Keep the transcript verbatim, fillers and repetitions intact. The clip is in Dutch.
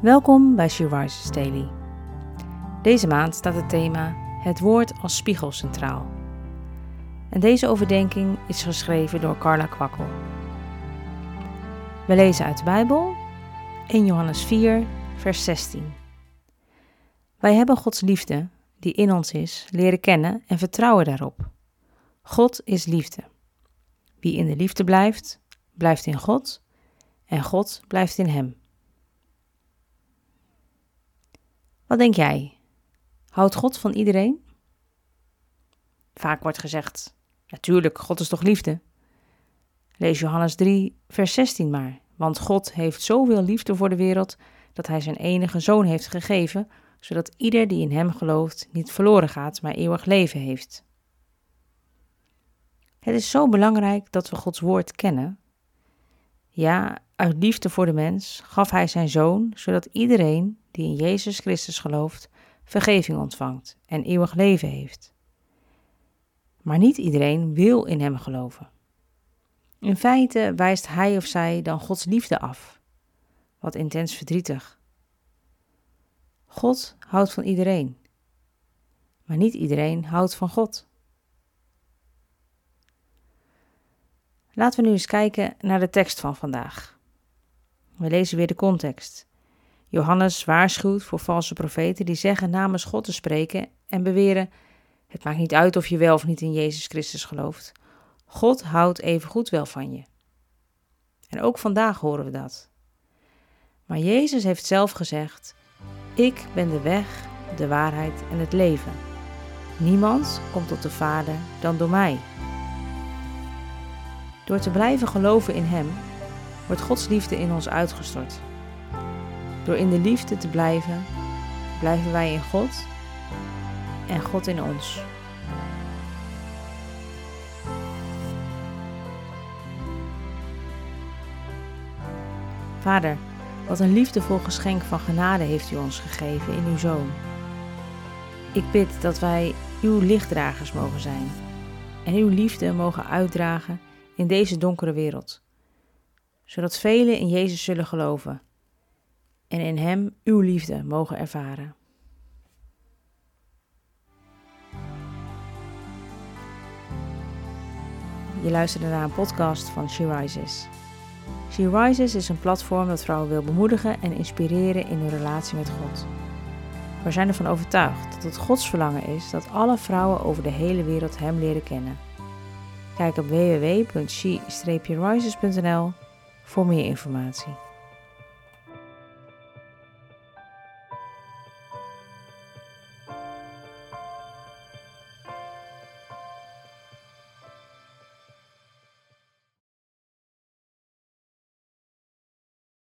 Welkom bij She Rises Daily. Deze maand staat het thema Het woord als spiegel centraal. En deze overdenking is geschreven door Carla Kwakkel. We lezen uit de Bijbel, Eerste Johannes vier, vers zestien. Wij hebben Gods liefde, die in ons is, leren kennen en vertrouwen daarop. God is liefde. Wie in de liefde blijft, blijft in God en God blijft in hem. Wat denk jij? Houdt God van iedereen? Vaak wordt gezegd, natuurlijk, God is toch liefde? Lees Johannes drie, vers zestien maar. Want God heeft zoveel liefde voor de wereld, dat hij zijn enige zoon heeft gegeven, zodat ieder die in hem gelooft niet verloren gaat, maar eeuwig leven heeft. Het is zo belangrijk dat we Gods woord kennen. Ja, uit liefde voor de mens gaf hij zijn zoon, zodat iedereen die in Jezus Christus gelooft, vergeving ontvangt en eeuwig leven heeft. Maar niet iedereen wil in hem geloven. In feite wijst hij of zij dan Gods liefde af. Wat intens verdrietig. God houdt van iedereen, maar niet iedereen houdt van God. Laten we nu eens kijken naar de tekst van vandaag. We lezen weer de context. Johannes waarschuwt voor valse profeten die zeggen namens God te spreken en beweren: het maakt niet uit of je wel of niet in Jezus Christus gelooft. God houdt evengoed wel van je. En ook vandaag horen we dat. Maar Jezus heeft zelf gezegd: ik ben de weg, de waarheid en het leven. Niemand komt tot de Vader dan door mij. Door te blijven geloven in hem, wordt Gods liefde in ons uitgestort. Door in de liefde te blijven, blijven wij in God en God in ons. Vader, wat een liefdevol geschenk van genade heeft u ons gegeven in uw Zoon. Ik bid dat wij uw lichtdragers mogen zijn en uw liefde mogen uitdragen in deze donkere wereld, zodat velen in Jezus zullen geloven en in hem uw liefde mogen ervaren. Je luisterde naar een podcast van She Rises. She Rises is een platform dat vrouwen wil bemoedigen en inspireren in hun relatie met God. We zijn ervan overtuigd dat het Gods verlangen is dat alle vrouwen over de hele wereld hem leren kennen. Kijk op w w w punt she rises punt n l voor meer informatie.